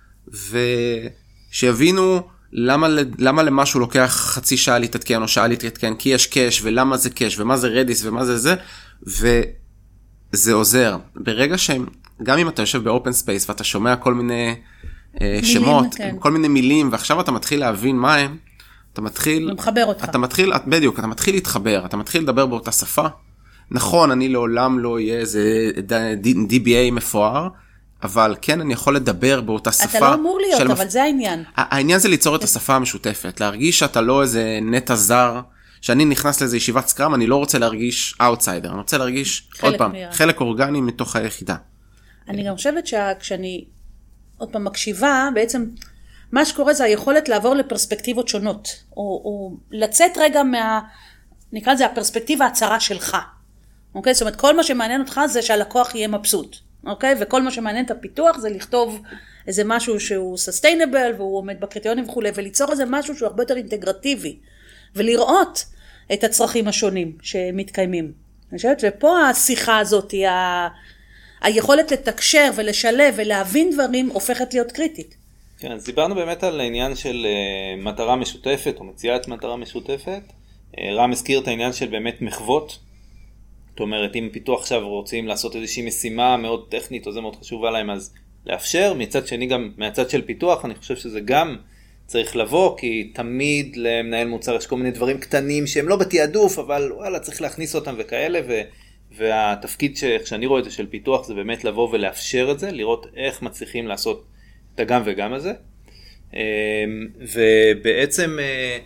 ושיבינו למה למשהו לוקח חצי שעה להתעדכן או שעה להתעדכן, כי יש קאש, ולמה זה קאש, ומה זה רדיס, ומה זה זה, וזה עוזר. ברגע שהם, גם אם אתה יושב באופן ספייס, ואתה שומע כל מיני שמות, כל מיני מילים, ועכשיו אתה מתחיל להבין מה הם, אתה מתחיל... מחבר אותך. בדיוק, אתה מתחיל להתחבר, אתה מתחיל לדבר באותה שפה. נכון, אני לעולם לא אהיה איזה DBA מפואר, אבל כן, אני יכול לדבר באותה שפה. אתה לא אמור להיות, אבל זה העניין. העניין זה ליצור את השפה המשותפת, להרגיש שאתה לא איזה נטע זר, שאני נכנס לאיזה ישיבת סקרם, אני לא רוצה להרגיש אאוטסיידר, אני רוצה להרגיש, עוד פעם, חלק אורגני מתוך היחידה. אני גם חושבת שכשאני עוד פעם מקשיבה, בעצם מה שקורה זה היכולת לעבור לפרספקטיבות שונות, או לצאת רגע נקרא לזה הפרספקטיבה הצרה שלך. אוקיי? זאת אומרת, כל מה שמעניין אותך זה שהלקוח יהיה מבסוט. אוקיי? וכל מה שמעניין את הפיתוח זה לכתוב איזה משהו שהוא sustainable, והוא עומד בקריטריונים וכו', וליצור איזה משהו שהוא הרבה יותר אינטגרטיבי, ולראות את הצרכים השונים שמתקיימים. אני חושבת, ופה השיחה הזאת, היכולת לתקשר ולשלב ולהבין דברים, הופכת להיות קריטית. כן, אז דיברנו באמת על העניין של מטרה משותפת, או מציאת מטרה משותפת. רם הזכיר את העניין של באמת מחוות. זאת אומרת, אם פיתוח עכשיו רוצים לעשות איזושהי משימה מאוד טכנית, או זה מאוד חשובה להם, אז לאפשר. מצד שני, גם מהצד של פיתוח, אני חושב שזה גם צריך לבוא, כי תמיד למנהל מוצר יש כל מיני דברים קטנים שהם לא בתיעדוף, אבל וואלה, צריך להכניס אותם וכאלה, והתפקיד שאני רואה את זה של פיתוח, זה באמת לבוא ולאפשר את זה, לראות איך מצליחים לעשות את הגם וגם הזה. ובעצם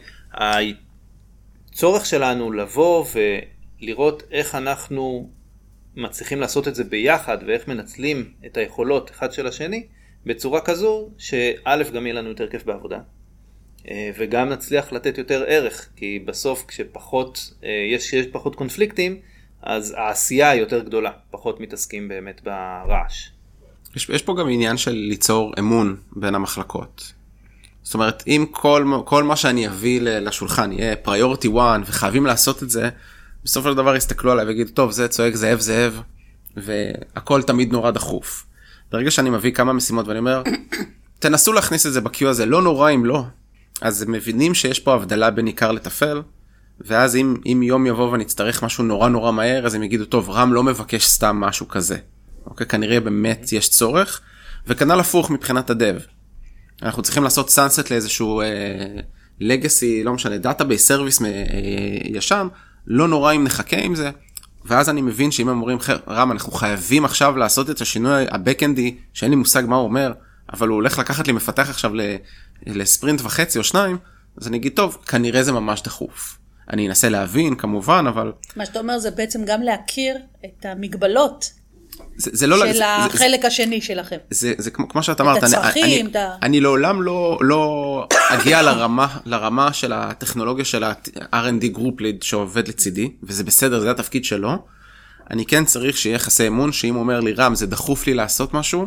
הצורך שלנו לבוא ולראות איך אנחנו מצליחים לעשות את זה ביחד, ואיך מנצלים את היכולות אחד של השני, בצורה כזו שא' גם יהיה לנו יותר כיף בעבודה, וגם נצליח לתת יותר ערך, כי בסוף כשפחות, יש פחות קונפליקטים, אז העשייה היא יותר גדולה, פחות מתעסקים באמת ברעש. יש פה גם עניין של ליצור אמון בין המחלקות. זאת אומרת, אם כל מה שאני אביא לשולחן יהיה priority one, וחייבים לעשות את זה, בסוף של דבר יסתכלו עליי ויגיד, טוב, זה צועק זאב, והכל תמיד נורא דחוף. ברגע שאני מביא כמה משימות ואני אומר, תנסו להכניס את זה בקיו הזה, לא נורא אם לא. אז הם מבינים שיש פה הבדלה בין עיקר לטפל, ואז אם יום יבוא ונצטרך משהו נורא מהר, אז הם יגידו, טוב, רם לא מבקש סתם משהו כזה. אוקיי, כנראה באמת יש צורך, וכנ"ל הפוך מבחינת הדב. אנחנו צריכים לעשות סאנסט לאיזשהו legacy, לא משנה, database service ישן, לא נורא אם נחכה עם זה, ואז אני מבין שאם הם אומרים, רם, אנחנו חייבים עכשיו לעשות את השינוי הבקאנדי, שאין לי מושג מה הוא אומר, אבל הוא הולך לקחת לי מפתח עכשיו לספרינט וחצי או שניים, אז אני אגיד, טוב, כנראה זה ממש דחוף. אני אנסה להבין, כמובן, אבל... מה שאתה אומר זה בעצם גם להכיר את המגבלות של החלק השני שלכם. זה כמו שאת אמרת, את הצרכים, אני לעולם לא אגיע לרמה של הטכנולוגיה של ה-R&D Group Lead שעובד לצידי, וזה בסדר, זה התפקיד שלו. אני כן צריך שיהיה יחסי אמון, שאם אומר לי, רם, זה דחוף לי לעשות משהו,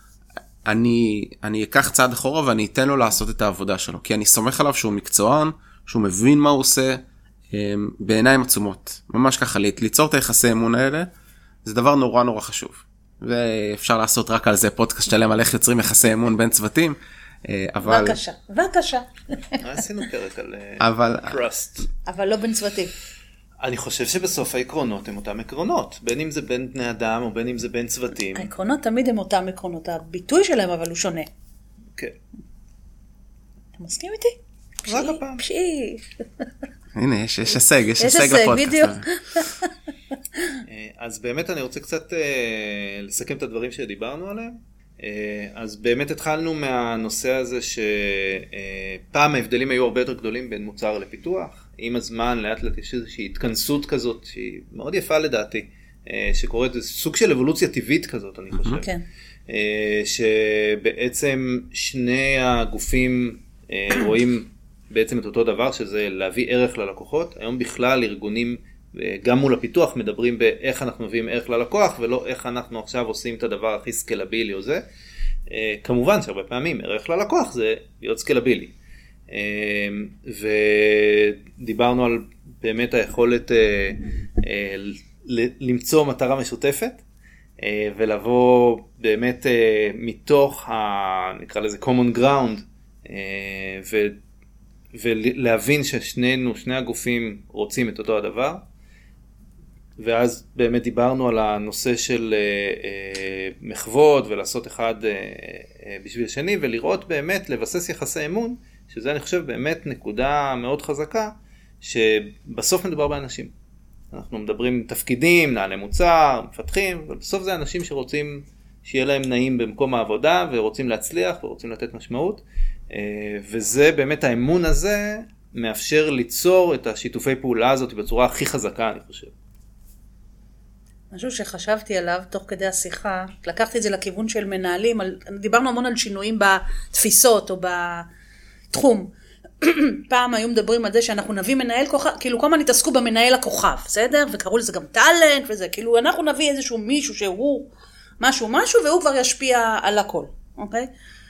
אני אקח צעד אחורה ואני אתן לו לעשות את העבודה שלו, כי אני סומך עליו שהוא מקצוען, שהוא מבין מה הוא עושה, בעיניים עצומות. ממש ככה, ליצור את היחסי אמון האלה, זה דבר נורא חשוב. ואפשר לעשות רק על זה פודקאסט שלם על איך יוצרים יחסי אמון בין צוותים, אבל... בבקשה. עשינו פרק על trust. אבל לא בין צוותים. אני חושב שבסוף העקרונות הם אותם עקרונות, בין אם זה בין בני אדם או בין אם זה בין צוותים. העקרונות תמיד הם אותם עקרונות, הביטוי שלהם אבל הוא שונה. כן. אתה מסכים איתי? רק הפעם. הנה, יש הישג לפודקאסט. בדיוק. אז באמת אני רוצה קצת לסכם את הדברים שדיברנו עליהם. אז באמת התחלנו מהנושא הזה שפעם ההבדלים היו הרבה יותר גדולים בין מוצר לפיתוח. עם הזמן לאט לאט יש איזושהי התכנסות כזאת שהיא מאוד יפה לדעתי, שקורית סוג של אבולוציה טבעית כזאת אני חושב. כן. שבעצם שני הגופים רואים בעצם את אותו דבר, שזה להביא ערך ללקוחות. היום בכלל ארגונים גם מול הפיתוח מדברים באיך אנחנו מביאים ערך ללקוח, ולא איך אנחנו עכשיו עושים את הדבר הכי סקלבילי או זה. כמובן שהרבה פעמים ערך ללקוח זה להיות סקלבילי. ודיברנו על באמת היכולת למצוא מטרה משותפת, ולבוא באמת מתוך, נקרא לזה common ground, ולהבין ששנינו, שני הגופים רוצים את אותו הדבר, ואז באמת דיברנו על הנושא של מחוות, ולעשות אחד בשביל שני, ולראות באמת, לבסס יחסי אמון, שזה אני חושב באמת נקודה מאוד חזקה, שבסוף מדובר באנשים. אנחנו מדברים תפקידים, נעלי מוצר, מפתחים, אבל בסוף זה אנשים שרוצים שיהיה להם נעים במקום העבודה, ורוצים להצליח, ורוצים לתת משמעות, וזה באמת האמון הזה, מאפשר ליצור את השיתופי פעולה הזאת בצורה הכי חזקה, אני חושב. משהו שחשבתי עליו תוך כדי השיחה, לקחתי את זה לכיוון של מנהלים, דיברנו המון על שינויים בתפיסות או בתחום. פעם היו מדברים על זה שאנחנו נביא מנהל כוכב, כאילו כל הזמן התעסקו במנהל הכוכב, בסדר? וקראו לזה גם טלנט וזה, כאילו אנחנו נביא איזשהו מישהו שהוא משהו, והוא כבר ישפיע על הכל, אוקיי?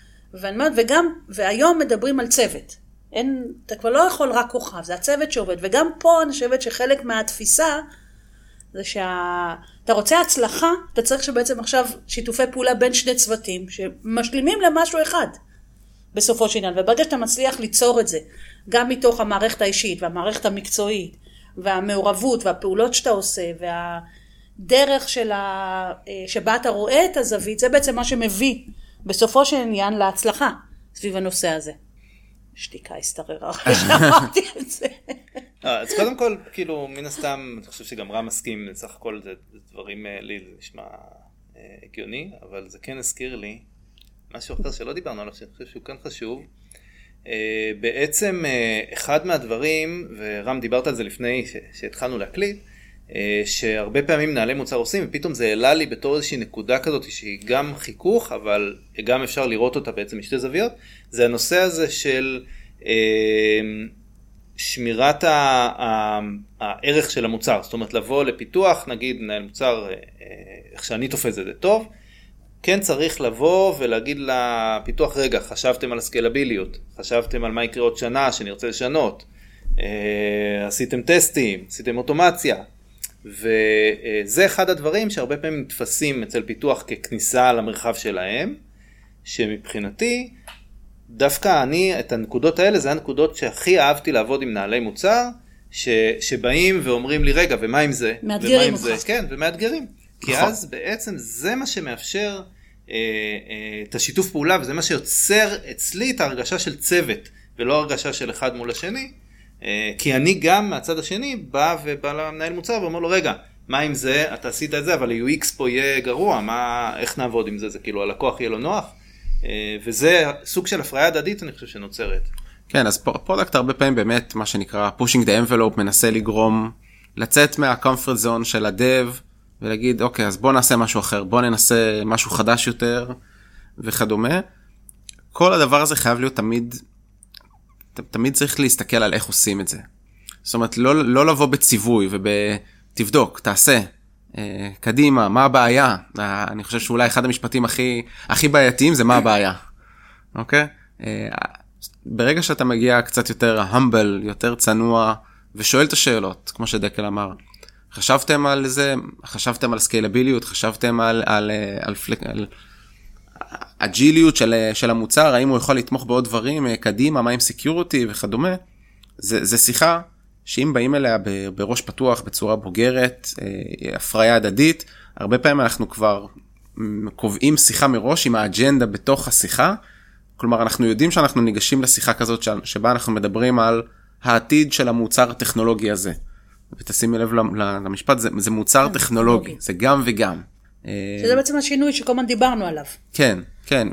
והיום מדברים על צוות. אתה כבר לא יכול רק כוכב, זה הצוות שעובד, וגם פה אני חושבת שחלק מהתפיסה, זה שאתה רוצה הצלחה, אתה צריך שבעצם עכשיו שיתופי פעולה בין שני צוותים, שמשלימים למשהו אחד, בסופו של עניין. וברגע שאתה מצליח ליצור את זה, גם מתוך המערכת האישית, והמערכת המקצועית, והמעורבות, והפעולות שאתה עושה, והדרך שבה אתה רואה את הזווית, זה בעצם מה שמביא, בסופו של עניין, להצלחה, סביב הנושא הזה. שתיקה הסתררה, אחרי שאמרתי את זה. אז קודם כל, כאילו, מן הסתם, אני חושב שגם רם מסכים, סך הכל זה דברים לי, זה נשמע הגיוני, אבל זה כן הזכיר לי, משהו אחר שלא דיברנו עליו, שאני חושב שהוא כן חשוב. בעצם, אחד מהדברים, ורם דיברת על זה לפני שהתחלנו להקליט, שהרבה פעמים נעלי מוצר עושים, ופתאום זה העלה לי בתור איזושהי נקודה כזאת, שהיא גם חיכוך, אבל גם אפשר לראות אותה בעצם משתי זוויות, זה הנושא הזה של שמירת הערך של המוצר, זאת אומרת לבוא לפיתוח, נגיד נעל מוצר, איך שאני תופס את זה טוב, כן צריך לבוא ולהגיד לפיתוח, רגע, חשבתם על הסקלביליות, חשבתם על מה יקרה עוד שנה שנרצה לשנות, עשיתם טסטים, עשיתם אוטומציה, וזה אחד הדברים שהרבה פעמים נתפסים אצל פיתוח ככניסה למרחב שלהם, שמבחינתי, דווקא אני, את הנקודות האלה, זה הנקודות שהכי אהבתי לעבוד עם נעלי מוצר, שבאים ואומרים לי, רגע, ומה עם זה? מאתגרים אותך. כן, ומאתגרים. כי אז בעצם זה מה שמאפשר את השיתוף פעולה, וזה מה שיוצר אצלי את ההרגשה של צוות, ולא הרגשה של אחד מול השני, כי אני גם מהצד השני בא למנהל מוצר ואומר לו, רגע, מה עם זה? אתה עשית את זה, אבל ה-UX פה יהיה גרוע, איך נעבוד עם זה? זה כאילו הלקוח יהיה לו נוח, וזה סוג של הפריה הדדית, אני חושב שנוצרת. כן, אז פרודקט הרבה פעמים באמת, מה שנקרא pushing the envelope, מנסה לגרום, לצאת מה-comfort zone של הדב, ולהגיד, אוקיי, אז בוא נעשה משהו אחר, בוא ננסה משהו חדש יותר, וכדומה. כל הדבר הזה חייב להיות תמיד צריך להסתכל על איך עושים את זה. זאת אומרת, לא לבוא בציווי ובתבדוק, תעשה, קדימה, מה הבעיה? אני חושב שאולי אחד המשפטים הכי בעייתיים זה מה הבעיה. אוקיי? ברגע שאתה מגיע קצת יותר humble, יותר צנוע, ושואל את השאלות, כמו שדקל אמר, חשבתם על זה, חשבתם על סקיילביליות, חשבתם על אג'יליות של המוצר, האם הוא יכול לתמוך בעוד דברים, קדימה, מה עם סקיוריטי וכדומה. זה שיחה שאם באים אליה בראש פתוח, בצורה בוגרת, הפריה הדדית, הרבה פעמים אנחנו כבר קובעים שיחה מראש עם האג'נדה בתוך השיחה, כלומר אנחנו יודעים שאנחנו ניגשים לשיחה כזאת שבה אנחנו מדברים על העתיד של המוצר הטכנולוגי הזה. ותשימי לב למשפט, זה מוצר טכנולוגי, זה גם וגם. שזה בעצם השינוי שכל הזמן דיברנו עליו. כן, כן,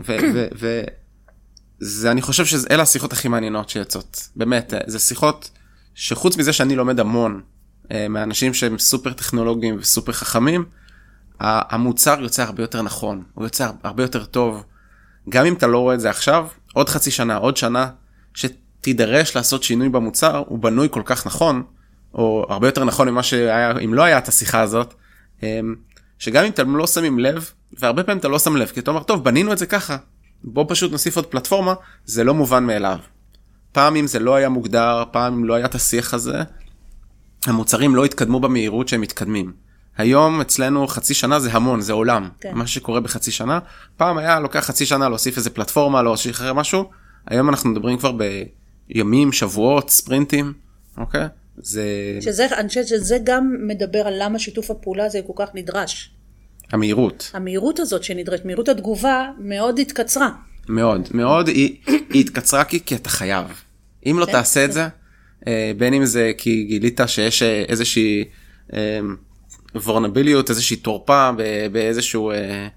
ואני חושב שאלה השיחות הכי מעניינות שיצאות. באמת, זה שיחות שחוץ מזה שאני לומד המון מאנשים שהם סופר טכנולוגיים וסופר חכמים, המוצר יוצא הרבה יותר נכון, הוא יוצא הרבה יותר טוב. גם אם אתה לא רואה את זה עכשיו, עוד חצי שנה, עוד שנה, שתידרש לעשות שינוי במוצר, הוא בנוי כל כך נכון, או הרבה יותר נכון ממה שהיה, אם לא היה את השיחה הזאת, שגם אם אתם לא שמים לב, והרבה פעמים אתה לא שם לב, כי אתה אומר, טוב, בנינו את זה ככה, בוא פשוט נוסיף עוד פלטפורמה, זה לא מובן מאליו. פעמים זה לא היה מוגדר, פעמים לא היה את השיח הזה, המוצרים לא התקדמו במהירות שהם מתקדמים. היום אצלנו חצי שנה זה המון, זה עולם. כן. מה שקורה בחצי שנה. פעם היה לוקח חצי שנה להוסיף איזה פלטפורמה, להוסיף אחרי משהו. היום אנחנו מדברים כבר בימים, שבועות, ספרינטים. אוקיי? אני חושבת שזה גם מדבר על למה שיתוף הפעולה הזה כל כך נדרש. המהירות. המהירות הזאת שנדרשת, מהירות התגובה מאוד התקצרה. מאוד, מאוד. היא התקצרה כי אתה חייב. אם לא תעשה את זה, בין אם זה כי גילית שיש איזושהי vulnerability, איזושהי תורפה באיזשהו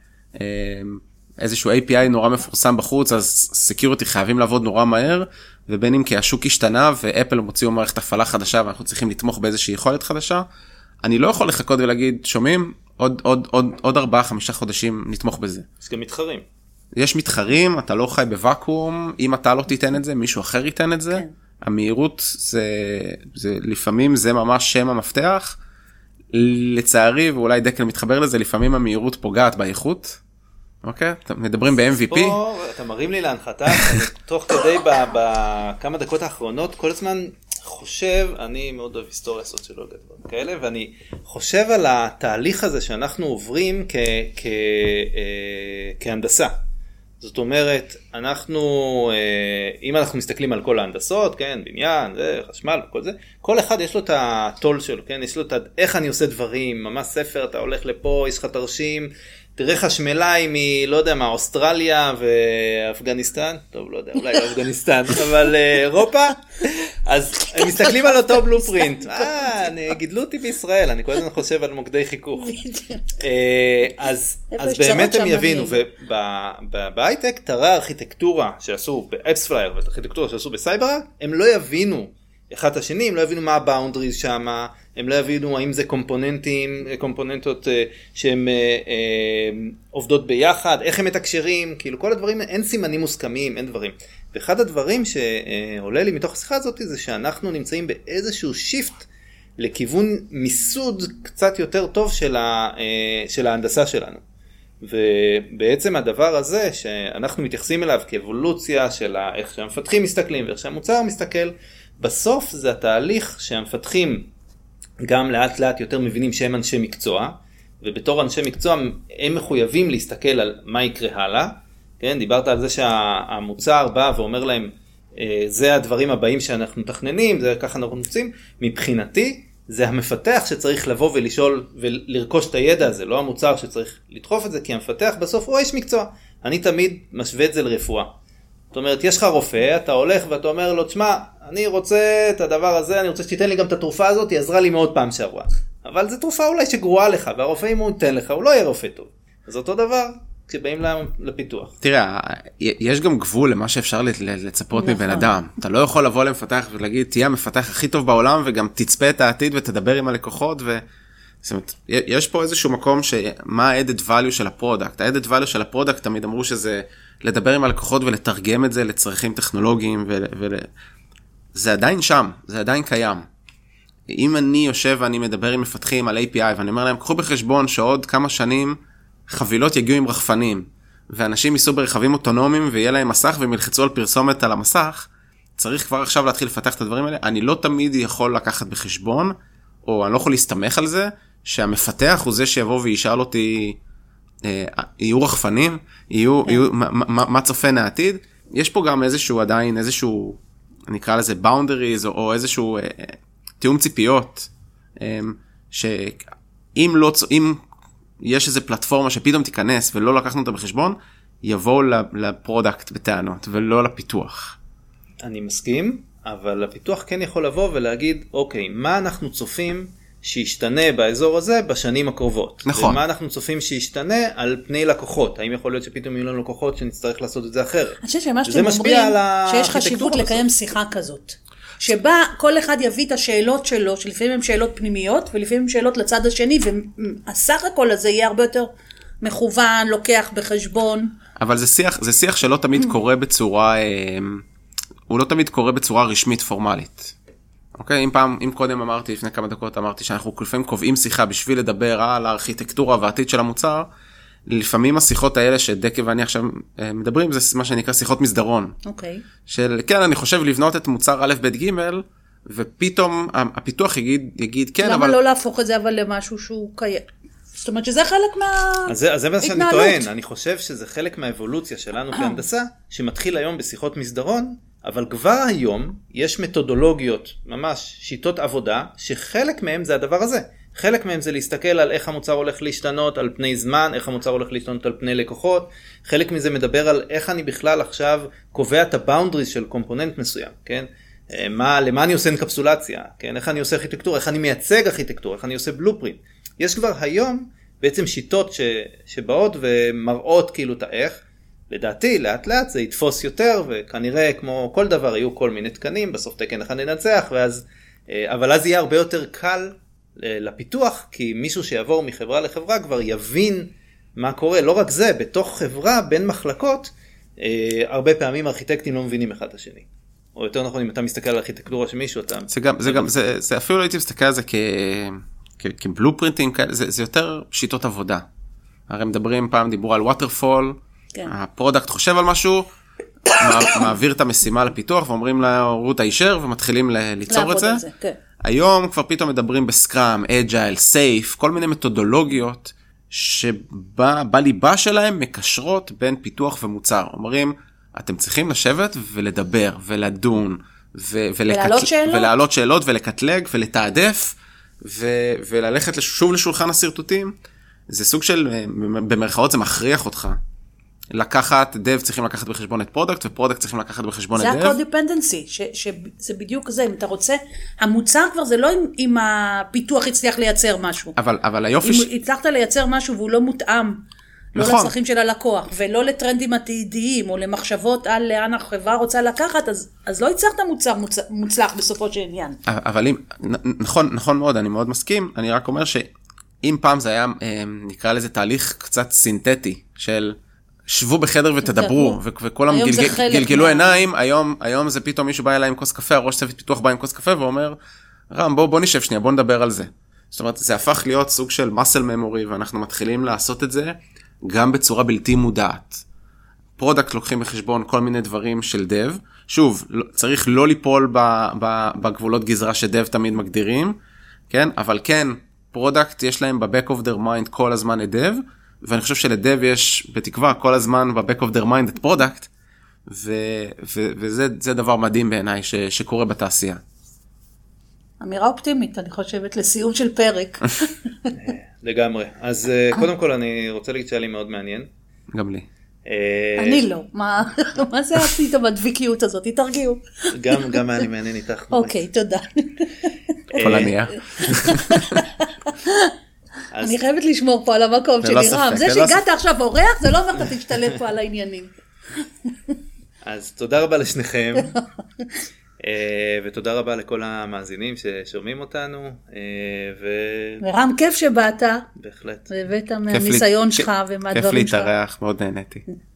API נורא מפורסם בחוץ, אז security חייבים לעבוד נורא מהר, ובין אם כי השוק השתנה ואפל מוציאו מערכת הפעלה חדשה ואנחנו צריכים לתמוך באיזושהי יכולת חדשה, אני לא יכול לחכות ולהגיד, שומעים, עוד 4-5 חודשים נתמוך בזה. יש גם מתחרים. יש מתחרים, אתה לא חי בוואקום, אם אתה לא תיתן את זה, מישהו אחר ייתן את זה. כן. המהירות לפעמים זה ממש שם המפתח. לצערי, ואולי דקל מתחבר לזה, לפעמים המהירות פוגעת באיכות. אוקיי? מדברים ב-MVP. פה אתה מרים לי להנחתה, תוך כדי בכמה דקות האחרונות, כל הזמן חושב, אני מאוד אוהב היסטוריה סוציולוגית כאלה, ואני חושב על התהליך הזה שאנחנו עוברים כהנדסה. זאת אומרת, אם אנחנו מסתכלים על כל ההנדסות, כן, בניין, חשמל וכל זה, כל אחד יש לו את הטול שלו, כן, יש לו את איך אני עושה דברים, ממש ספר, אתה הולך לפה, יש לך תרשים, תראה חשמלאי לא יודע מה, אוסטרליה ואפגניסטן, טוב, לא יודע, אולי לא אפגניסטן, אבל אירופה, אז הם מסתכלים על אותו בלופרינט, גידלו אותי בישראל, אני כל הזמן חושב על מוקדי חיכוך, אז באמת הם יבינו, ובהייטק תראה הארכיטקטורה שעשו באפספלייר, והארכיטקטורה שעשו בסייברה, הם לא יבינו אחד את השני, הם לא יבינו מה הבאונדריז שם, הם לא יבינו האם זה קומפוננטות שהן עובדות ביחד, איך הם מתקשרים, כאילו כל הדברים, אין סימנים מוסכמים, אין דברים. ואחד הדברים שעולה לי מתוך השיחה הזאת, זה שאנחנו נמצאים באיזשהו שיפט לכיוון מיסוד קצת יותר טוב של ההנדסה שלנו. ובעצם הדבר הזה שאנחנו מתייחסים אליו כאבולוציה של איך שהמפתחים מסתכלים ואיך שהמוצר מסתכל, בסוף זה התהליך שהמפתחים גם לאט לאט יותר מבינים שהם אנשי מקצוע, ובתור אנשי מקצוע הם מחויבים להסתכל על מה יקרה הלאה. כן, דיברת על זה שהמוצר בא ואומר להם, זה הדברים הבאים שאנחנו מתכננים, זה ככה אנחנו נוצאים. מבחינתי, זה המפתח שצריך לבוא ולשאול ולרכוש את הידע הזה, לא המוצר שצריך לדחוף את זה, כי המפתח בסוף הוא איש מקצוע. אני תמיד משווה את זה לרפואה. זאת אומרת, יש לך רופא, אתה הולך ואתה אומר לו, תשמע, אני רוצה את הדבר הזה, אני רוצה שתיתן לי גם את התרופה הזאת, היא עזרה לי מאוד פעם שעברה. אבל זו תרופה אולי שגרועה לך, והרופא אם הוא ייתן לך, הוא לא יהיה רופא טוב. אז אותו דבר, כשבאים לפיתוח. תראה, יש גם גבול למה שאפשר לצפות מבן אדם. אתה לא יכול לבוא למפתח ולהגיד, תהיה המפתח הכי טוב בעולם, וגם תצפה את העתיד ותדבר עם הלקוחות, זאת אומרת, יש פה איזשהו מקום מה ה-added value של הפרודקט. ה-added value של הפרודקט תמיד אמרו שזה לדבר עם הלקוחות ולתרגם את זה לצרכים טכנולוגיים, זה עדיין שם, זה עדיין קיים. אם אני יושב ואני מדבר עם מפתחים על API, ואני אומר להם, קחו בחשבון שעוד כמה שנים חבילות יגיעו עם רחפנים, ואנשים ייסעו ברכבים אוטונומיים, ויהיה להם מסך, והם ילחצו על פרסומת על המסך, צריך כבר עכשיו להתחיל לפתח את הדברים האלה. אני לא תמיד יכול לקחת בחשבון, או אני לא יכול להסתמך על זה, שהמפתח הוא זה שיבוא וישאל אותי, יהיו רחפנים, מה צופן העתיד. יש פה גם איזשהו עדיין, איזשהו, אני אקרא לזה boundaries, או איזשהו תיאום ציפיות, שאם יש איזו פלטפורמה שפתאום תיכנס ולא לקחנו אותה בחשבון, יבואו לפרודקט בטענות ולא לפיתוח. אני מסכים, אבל הפיתוח כן יכול לבוא ולהגיד, אוקיי, מה אנחנו צופים שישתנה באזור הזה בשנים הקרובות? נכון. ומה אנחנו צופים שישתנה על פני לקוחות? האם יכול להיות שפתאום יהיו לנו לקוחות שנצטרך לעשות את זה אחרת? אני חושבת שמה שאתם אומרים, שיש חשיבות לקיים שיחה כזאת. שבה כל אחד יביא את השאלות שלו, שלפעמים הן שאלות פנימיות, ולפעמים הן שאלות לצד השני, והסך הכל הזה יהיה הרבה יותר מכוון, לוקח בחשבון. אבל זה שיח שלא תמיד קורה בצורה, הוא לא תמיד קורה בצורה רשמית פורמלית. אוקיי? אם קודם אמרתי, לפני כמה דקות אמרתי שאנחנו לפעמים קובעים שיחה בשביל לדבר על הארכיטקטורה והעתיד של המוצר, לפעמים השיחות האלה שדקה ואני עכשיו מדברים, זה מה שנקרא שיחות מסדרון. אוקיי. של, כן, אני חושב לבנות את מוצר א' ב' ג', ופתאום הפיתוח יגיד כן, למה אבל... לא להפוך את זה אבל למשהו שהוא קיים? זאת אומרת שזה חלק אז זה מה שאני טוען, אני חושב שזה חלק מהאבולוציה שלנו כהנדסה, שמתחיל היום בשיחות מסדרון, אבל כבר היום יש מתודולוגיות, ממש שיטות עבודה, שחלק מהם זה הדבר הזה. חלק מהם זה להסתכל על איך המוצר הולך להשתנות על פני זמן, איך המוצר הולך להשתנות על פני לקוחות. חלק מזה מדבר על איך אני בכלל עכשיו קובע את הבאונדריז של קומפוננט מסוים, כן? למה אני עושה אנקפסולציה, כן? איך אני עושה ארכיטקטורה, איך אני מייצג ארכיטקטורה, איך אני עושה בלופרינט. יש כבר היום בעצם שיטות שבאות ומראות כאילו את האיך. לדעתי, לאט לאט זה יתפוס יותר, וכנראה כמו כל דבר יהיו כל מיני תקנים, בסוף תקן אחד ננצח, אבל אז יהיה הרבה יותר קל לפיתוח, כי מישהו שיעבור מחברה לחברה כבר יבין מה קורה. לא רק זה, בתוך חברה, בין מחלקות, הרבה פעמים ארכיטקטים לא מבינים אחד את השני. או יותר נכון, אם אתה מסתכל על ארכיטקטורה של מישהו, אתה... זה אפילו לא הייתי מסתכל על זה כבלופרינטים, זה יותר שיטות עבודה. הרי מדברים, פעם דיברו על ווטרפול, הפרודקט חושב על משהו, מעביר את המשימה לפיתוח, ואומרים לה, רות הישר, ומתחילים ליצור את זה. היום כבר פתאום מדברים בסקראם, אג'ייל, סייף, כל מיני מתודולוגיות, שבליבה שלהם מקשרות בין פיתוח ומוצר. אומרים, אתם צריכים לשבת ולדבר, ולדון, ולהעלות שאלות, ולקטלג, ולתעדף, וללכת שוב לשולחן הסרטוטים. זה סוג של, במרכאות זה מכריח אותך. לקחת, דב צריכים לקחת בחשבון את פרודקט, ופרודקט צריכים לקחת בחשבון את דב. זה ה-codependency, שזה בדיוק זה, אם אתה רוצה, המוצר כבר זה לא אם הפיתוח הצליח לייצר משהו. אבל היופי... אם הצלחת לייצר משהו והוא לא מותאם, לא לצרכים של הלקוח, ולא לטרנדים עתידיים, או למחשבות על לאן החברה רוצה לקחת, אז לא יצרת מוצר מוצלח בסופו של עניין. אבל אם, נכון מאוד, אני מאוד מסכים, אני רק אומר שאם פעם זה היה, נקרא לזה תהליך קצת סינתטי, של שבו בחדר ותדברו, וכולם גלגלו עיניים, היום זה פתאום מישהו בא אליי עם כוס קפה, הראש צוות פיתוח בא עם כוס קפה, ואומר, רם, בוא נשב שנייה, בוא נדבר על זה. זאת אומרת, זה הפך להיות סוג של muscle memory, ואנחנו מתחילים לעשות את זה, גם בצורה בלתי מודעת. פרודקט לוקחים בחשבון כל מיני דברים של דב, שוב, צריך לא ליפול בגבולות גזרה שדב תמיד מגדירים, כן? אבל כן, פרודקט יש להם בback of their mind כל הזמן את דב, ואני חושב שלדב יש בתקווה כל הזמן בback of their mind את פרודקט, וזה דבר מדהים בעיניי שקורה בתעשייה. אמירה אופטימית, אני חושבת, לסיום של פרק. לגמרי. אז קודם כל אני רוצה להגיד שהיה לי מאוד מעניין. גם לי. אני לא. מה זה פתאום הדביקיות הזאת? תרגיעו. גם היה לי מעניין איתך. אוקיי, תודה. כל ענייה. אני חייבת לשמור פה על המקום שלי, רם. זה שהגעת עכשיו אורח, זה לא אומר אתה תשתלט פה על העניינים. אז תודה רבה לשניכם. ותודה רבה לכל המאזינים ששומעים אותנו. ורם, כיף שבאת. בהחלט. והבאת מהניסיון שלך ומהדברים שלך. כיף להתארח, מאוד נהניתי.